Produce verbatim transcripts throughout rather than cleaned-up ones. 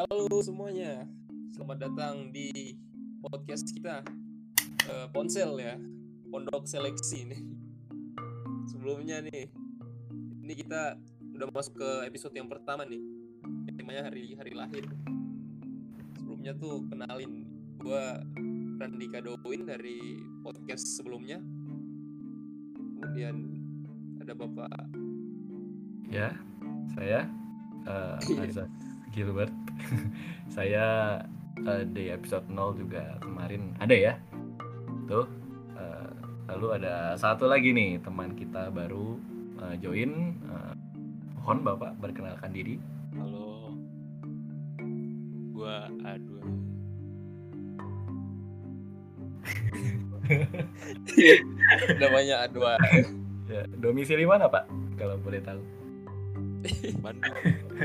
Halo semuanya, selamat datang di podcast kita uh, Ponsel ya, Pondok Seleksi nih. Sebelumnya nih, ini kita udah masuk ke episode yang pertama nih, temanya hari hari lahir. Sebelumnya tuh kenalin, gua Randika Dowin dari podcast sebelumnya. Kemudian ada Bapak. Ya, saya uh, Azaz Gilbert. Saya uh, di episode nol juga kemarin ada ya. Tuh. Uh, lalu ada satu lagi nih teman kita baru uh, join. Uh, mohon Bapak perkenalkan diri. Halo. Gua Adwa. Namanya Adwa. Ya, domisili mana Pak? Kalau boleh tahu. Bandung.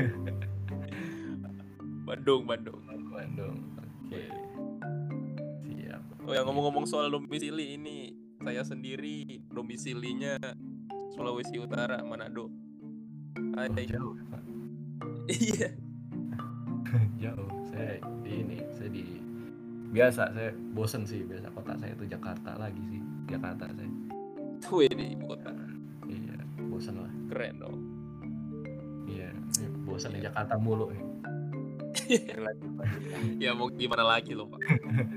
Bandung, Bandung. Bandung. Oke. Okay. Siap. Oh ya, ngomong-ngomong soal domisili ini, saya sendiri domisilinya Sulawesi Utara, Manado. Hai. Oh, jauh, Pak. Iya. Jauh. Saya di ini, saya di biasa saya bosen sih, biasa kota saya itu Jakarta lagi sih. Jakarta saya. Tuh ini ibu kota. Iya, bosen lah. Keren dong. Iya, bosan di Jakarta mulu nih. Ya mau gimana lagi loh Pak.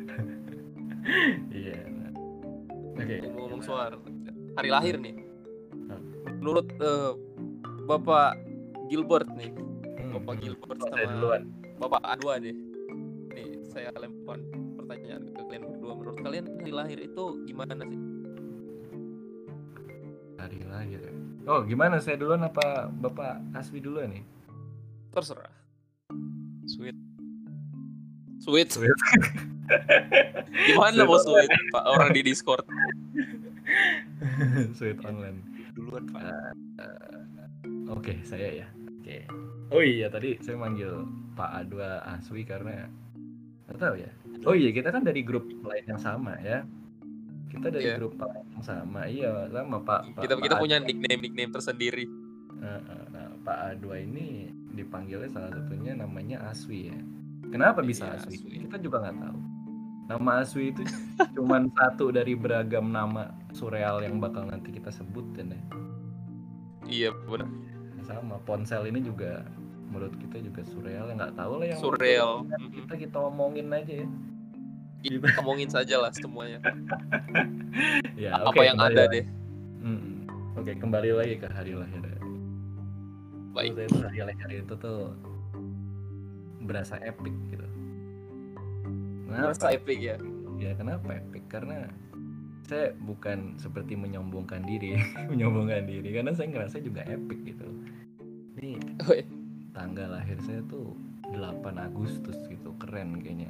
Iya. Nah. Oke. Okay. Ngomong soal hari lahir nih. Menurut uh, Bapak Gilbert nih, hmm. Bapak Gilbert oh, sama duluan. Bapak Adwa deh. Nih saya lempar pertanyaan ke kalian berdua. Menurut kalian hari lahir itu gimana sih? Hari lahir. Oh, gimana? Saya duluan apa Bapak Aswi duluan nih? Terserah. Sweet. Sweet. Sweet. Gimana mau sweet, Pak? Orang di Discord. Sweet online. Duluan, Pak. Uh, uh, Oke, okay, saya ya. Oke. Okay. Oh iya, tadi saya manggil Pak Adwa Aswi karena nggak tahu ya. Oh iya, kita kan dari grup lain yang sama ya. Kita dari yeah. grup yang sama, iya sama Pak. Kita Pak kita Adwa. Punya nickname nickname tersendiri. Nah, nah, Pak Adwa ini dipanggilnya salah satunya namanya Aswi ya. Kenapa bisa iya, Aswi? Aswi? Kita juga nggak tahu. Nama Aswi itu cuman satu dari beragam nama surreal yang bakal nanti kita sebutkan ya. Iya benar. Sama Ponsel ini juga menurut kita juga surreal, ya nggak tahu lah yang surreal. Kita kita omongin aja ya. Kita ngomongin saja lah semuanya. Ya, apa okay, yang ada lagi. deh. Hmm. Oke, okay, kembali lagi ke hari lahir. Baik. Itu hari lahir itu tuh berasa epic gitu. Kenapa? Berasa epic ya? Ya kenapa epic? Karena saya bukan seperti menyombongkan diri, menyombongkan diri karena saya ngerasa juga epic gitu. Ini Oi. tanggal lahir saya tuh delapan Agustus gitu, keren kayaknya.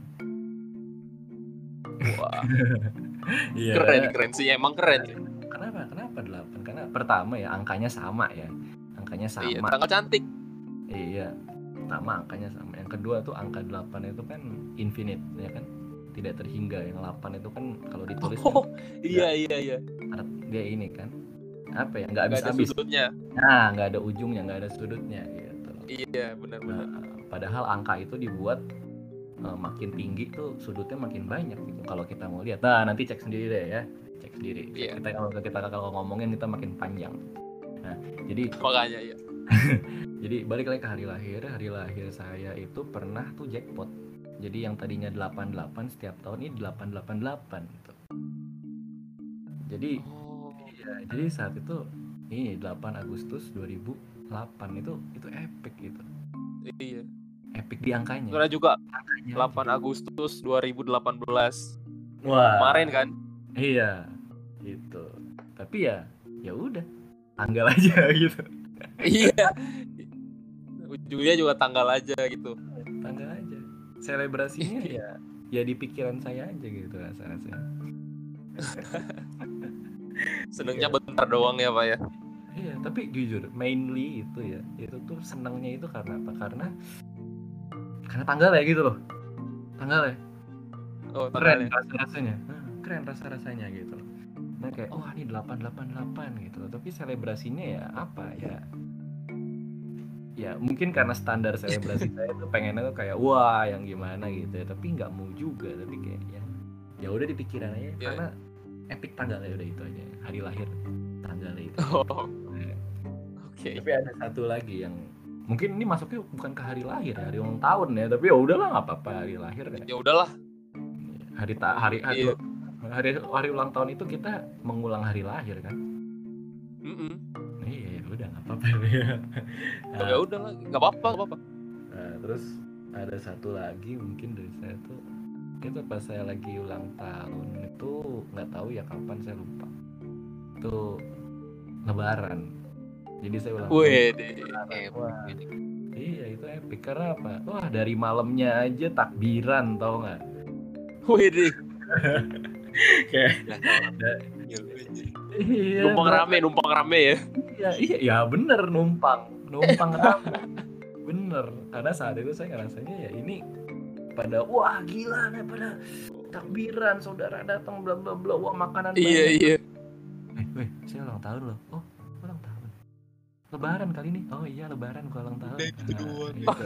Wah. Iya, keren, keren sih, emang keren. Kenapa? Kenapa delapan? Karena pertama ya angkanya sama ya. Angkanya sama. Iya, tanggal cantik. Iya. Pertama angkanya sama. Yang kedua tuh angka delapan itu kan infinite ya kan? Tidak terhingga. Yang delapan itu kan kalau ditulis oh, kan, iya iya iya. Dia ini kan apa ya? Enggak habis-habis. Enggak ada sudutnya. Nah, enggak ada ujungnya, enggak ada sudutnya gitu. Iya, benar-benar. Nah, padahal angka itu dibuat uh, makin tinggi tuh sudutnya makin banyak gitu. Kalau kita mau lihat. Nah, nanti cek sendiri deh ya. Cek sendiri. Iya. Kita kalau kita kalau ngomongin kita makin panjang. Nah, jadi makanya ya. Jadi balik lagi ke hari lahir. Hari lahir saya itu pernah tuh jackpot. Jadi yang tadinya delapan puluh delapan setiap tahun ini delapan delapan delapan gitu. Jadi oh. ya, jadi saat itu ini delapan Agustus dua ribu delapan itu itu epic gitu. Iya. Epic di angkanya. Karena juga angkanya delapan aja. Agustus dua ribu delapan belas. Wah. Kemarin kan? Iya. Gitu. Tapi ya ya udah. Tanggal aja gitu. Iya. Ujungnya juga tanggal aja gitu. Tanggal aja. Selebrasinya ya ya di pikiran saya aja gitu rasa-rasanya. Senengnya iya. Bentar doang ya Pak ya. Iya, tapi jujur mainly itu ya. Itu tuh senangnya itu karena apa? Karena karena tanggal ya gitu loh. Tanggal ya. Oh, keren rasa-rasanya. Keren rasa-rasanya gitu. Nah kayak oh ini delapan delapan delapan gitu. Tapi selebrasinya ya apa ya? ya mungkin karena standar selebrasi saya tuh pengennya tuh kayak wah yang gimana gitu ya, tapi nggak mau juga, tapi kayak ya ya udah di pikiran aja Ya. karena epic tanggalnya udah itu aja, hari lahir tanggalnya itu. Oh, oke. Tapi ada satu lagi yang mungkin ini masuknya bukan ke hari lahir ya, hari ulang tahun ya, tapi ya udahlah nggak apa-apa, hari lahir ya. Ya udahlah. Hari ta hari hari, Iya. hari hari ulang tahun itu kita mengulang hari lahir kan. Mm-mm. Iya, ya udah nggak apa-apa ya. Nah, Ya udahlah, nggak apa-apa, nggak apa-apa. nah, terus ada satu lagi mungkin dari saya tuh, itu pas saya lagi ulang tahun itu nggak tahu ya kapan, saya lupa. Itu Lebaran. Jadi saya ulang tahun. Wih, deh. Epic Wah, ini. iya itu epic karena apa? Wah dari malamnya aja takbiran, tau nggak? Wih, deh. Kayak Lah, gila, anjir. iya, Numpang berapa- rame, numpang rame ya. Iya, iya, ya bener numpang, numpang rame. Bener, karena saat itu saya ngerasanya ya ini pada wah gila nih, pada takbiran, saudara datang bla bla bla, wah makanan Iya, banyak. iya. Eh, weh, saya ulang tahun loh. Oh, ulang tahun. Lebaran kali ini. Oh iya, lebaran gua ulang tahun. Udah gitu doang. gitu.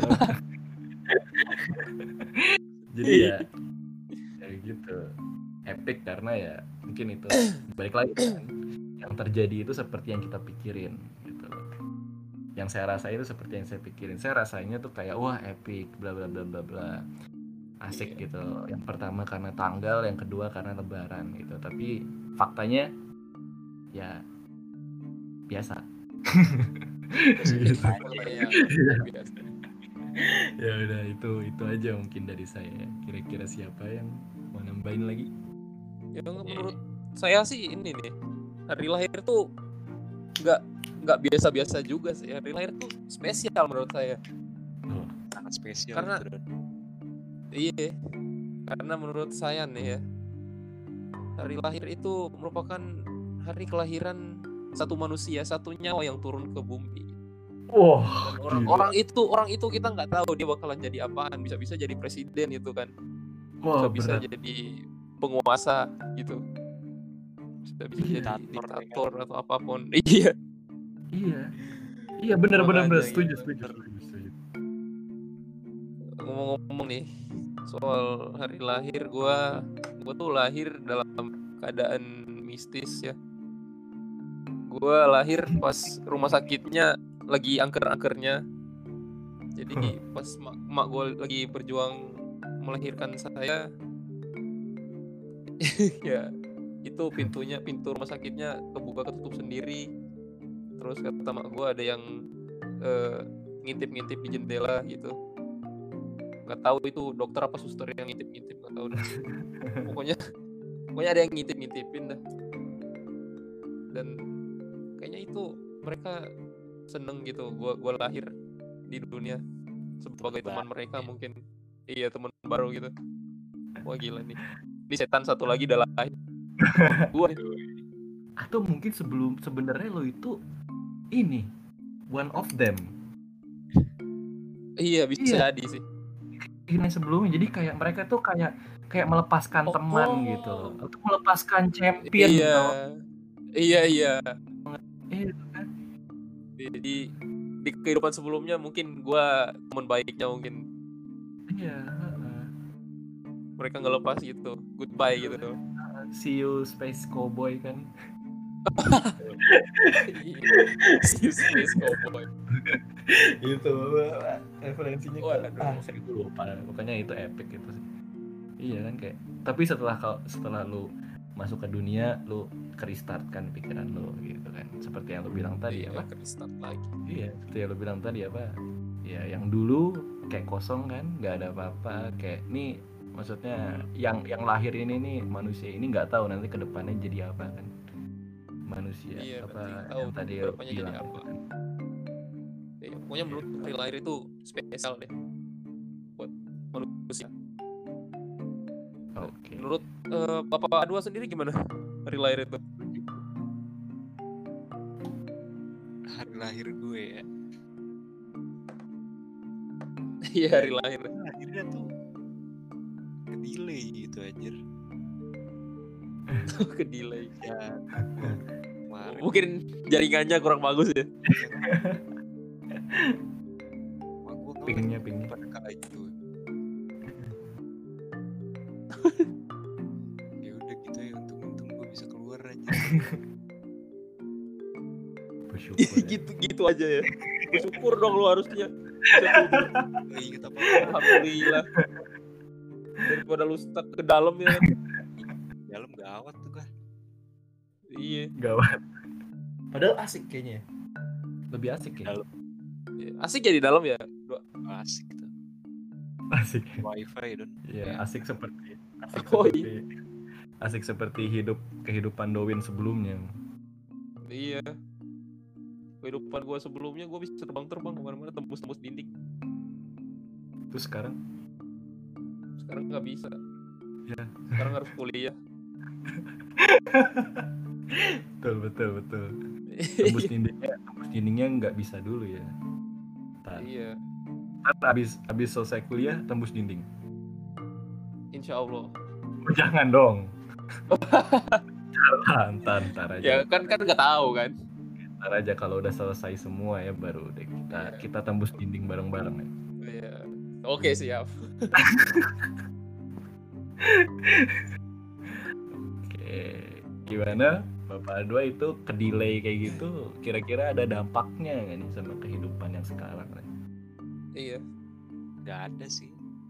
Jadi ya kayak gitu. Epic karena ya mungkin itu balik lagi kan. Yang terjadi itu seperti yang kita pikirin gitu loh. Yang saya rasain itu seperti yang saya pikirin. Saya rasanya tuh kayak wah epic bla bla bla bla bla. Asik Iya. gitu. Yang pertama karena tanggal, yang kedua karena lebaran gitu. Tapi faktanya ya biasa. Biasa aja Iya, ya. biasa. Ya udah itu itu aja mungkin dari saya. Kira-kira siapa yang mau nambahin lagi? Ya menurut saya sih ini nih, hari lahir tuh nggak nggak biasa-biasa juga sih. Hari lahir tuh spesial menurut saya. Oh, Sangat spesial. Karena- beneran. Iya, karena menurut saya nih ya, hari lahir itu merupakan hari kelahiran satu manusia, satu nyawa yang turun ke bumi. wah, Dan orang, gila. orang itu orang itu kita nggak tahu dia bakalan jadi apaan. Bisa-bisa jadi presiden gitu kan. Wah, Bisa-bisa berat. jadi penguasa gitu. Bisa-bisa Iya. jadi Diktator, diktator atau apapun. Iya. Iya. Iya benar benar benar Makanya setuju gitu. setuju setuju setuju. Ngomong-ngomong nih soal hari lahir, gua gua tuh lahir dalam keadaan mistis ya. Gua lahir pas rumah sakitnya lagi angker-angkernya. Jadi pas mak, mak gue lagi berjuang melahirkan saya, ya itu pintunya pintu rumah sakitnya kebuka ketutup sendiri. Terus kata mak gue ada yang eh, ngintip-ngintip di jendela gitu. Nggak tahu itu dokter apa suster yang ngintip-ngintip, nggak tahu dah. Pokoknya pokoknya ada yang ngintip-ngintipin dah. Dan kayaknya itu mereka seneng gitu gua gua lahir di dunia sebagai teman Baru mereka ya. mungkin. Iya, teman baru gitu. Wah gila nih. Ini setan satu lagi udah lahir. Gua nih. Atau mungkin sebelum sebenarnya lo itu ini one of them. Iya bisa Iya. jadi sih. Ini sebelumnya jadi kayak mereka tuh kayak kayak melepaskan Oh, teman oh. gitu loh. Atau melepaskan champion Iya. tau. Iya iya. Iya kan? Di, di di kehidupan sebelumnya mungkin gua teman baiknya, mungkin Iya, heeh. mereka nggak lepas gitu. Goodbye gitu tuh. See you Space Cowboy kan. Si Space Cowboy. Itu referensinya Waduh. ah saya lupa, pokoknya itu epic itu sih. Iya kan kayak tapi setelah kau setelah lu masuk ke dunia lu restart kan pikiran lu gitu kan, seperti yang lu bilang tadi Iya, apa ke restart lagi. iya seperti yang lu bilang tadi apa ya, yang dulu kayak kosong kan nggak ada apa-apa, kayak nih maksudnya yang yang lahir ini nih manusia ini nggak tahu nanti kedepannya jadi apa kan manusia Iya, apa berarti tahu yang tadi lu kedepannya jadi bilang apa. gitu kan. Ya, pokoknya menurut hari lahir itu spesial deh buat manusia. Oke. Menurut eh, Bapak Adwa sendiri gimana hari lahir itu? Hari lahir gue ya. Iya, hari lahir. Lahirnya tuh ke delay gitu anjir. Ke delay. Ya. Kemarin Mungkin jaringannya kurang bagus ya. Pingnya pingnya. pada kala itu. Ya udah gitu ya, untung-untung gue bisa keluar aja. Bersyukur. Ya. gitu gitu aja ya. Bersyukur dong lu harusnya. Bisa keluar. Gak inget apa. Alhamdulillah. Daripada lu stuck ke dalam ya. Dalam gawat tuh kan. Iya. Gawat. Padahal asik kayaknya. Lebih asik ya. Dalam. Asik ya di dalam ya. Asik tuh. Asik. Wifi don. Iya, asik seperti asik Oh, seperti asik seperti hidup kehidupan Dowin sebelumnya. Iya. Kehidupan gua sebelumnya gua bisa terbang-terbang kemana-mana, tembus-tembus dinding. Terus sekarang Sekarang nggak bisa. ya. Sekarang harus kuliah. betul betul betul. Tembus dindingnya, tembus dindingnya nggak bisa dulu ya. Ntar, Iya. ntar abis abis selesai kuliah tembus dinding. Insya Allah. Oh, jangan dong. Ntar, ntar, ntar aja. Ya kan kan nggak tahu kan. Ntar aja kalau udah selesai semua ya baru deh kita Iya. kita tembus dinding bareng-bareng ya. Iya. Oke siap. Oke, gimana Bapak Adwa itu kedelay kayak gitu? Kira-kira ada dampaknya nggak nih sama kehidupan yang sekarang? Iya. Gak ada sih.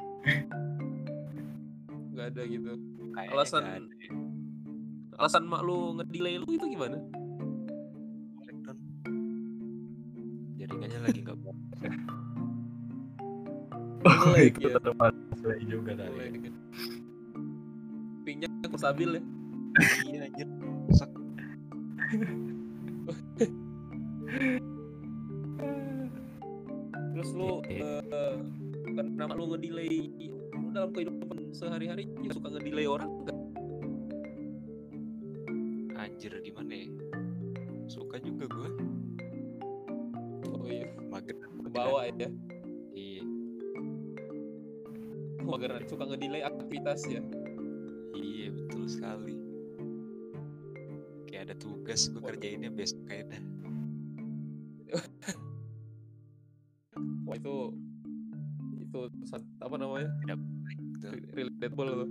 Nggak ada gitu. Kayaknya Alasan gak ada. alasan mak lu ngedelay lu itu gimana? Korek, Don. Jaringannya lagi gak mau. Oh, Delay, itu ya. termasuk delay juga kali. Delay. Pingnya kurang stabil ya. Iya anjir. Rusak. Terus lu Iya. eh, karena lu ngedelay lu dalam kehidupan sehari-hari juga suka ngedelay orang enggak? Anjir gimana ya? Suka juga gue. Oh iya, Mager. ke bawah ya. Iya. Mager suka ngedelay aktivitas ya. Iya betul sekali. Kayak ada tugas gue kerjainnya besok kayak dah. Wah itu itu sat- apa namanya? Tidak baik gitu. Re- Relatable tuh.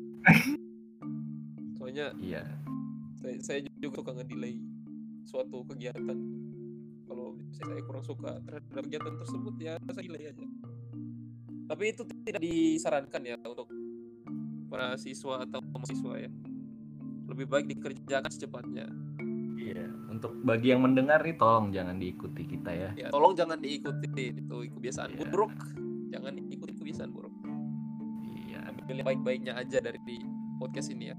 Soalnya Iya. saya, saya juga suka ngedelay suatu kegiatan. Kalau saya kurang suka terhadap kegiatan tersebut ya saya delay aja. Tapi itu tidak disarankan ya untuk para siswa atau mahasiswa ya. Lebih baik dikerjakan secepatnya. Iya. Untuk bagi yang mendengar nih tolong jangan diikuti kita ya. Ya, tolong jangan diikuti itu kebiasaan Iya. buruk. Jangan diikuti kebiasaan buruk. Iya. Ambil yang baik-baiknya aja dari di podcast ini ya.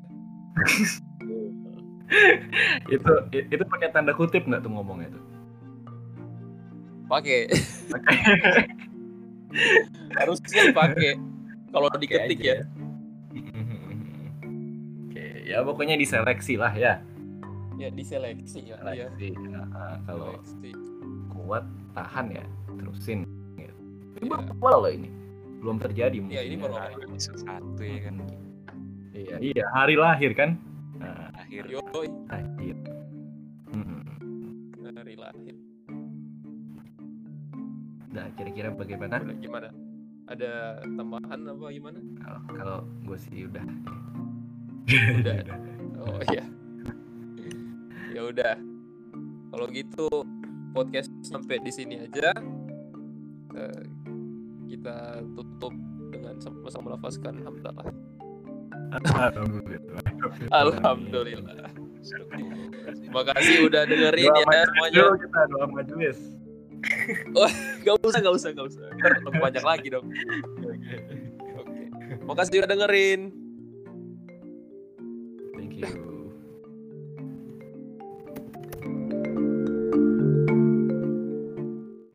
itu itu pakai tanda kutip nggak tuh ngomongnya tuh? Pakai. Harusnya dipakai kalau Pakai diketik aja ya. Oke, ya pokoknya diseleksi lah ya. Ya diseleksi ya. Iya. Seleksi. Nah, kalau Seleksi. kuat tahan ya terusin. Gitu. Ini Iya. baru awal loh ini. Belum terjadi mungkin. Iya, ini baru ya. awal. Episode satu ya kan. Iya, iya, hari lahir kan? Nah, Akhir. Yoi, lahir. Hmm. hari lahir. Nah, kira-kira bagaimana? Udah gimana? Ada tambahan apa gimana? Kalau kalau gue sih udah. Udah. Oh iya. Ya udah. Kalau gitu podcast sampai di sini aja. Eh, kita tutup dengan sama-sama melafazkan hamdalah. Alhamdulillah. Alhamdulillah. Terima kasih udah dengerin Doa ya majelis semuanya. dulu kita doa majelis. Gak usah, gak usah, gak usah. Ntar lebih banyak lagi dong. Oke. Makasih udah dengerin. Thank you.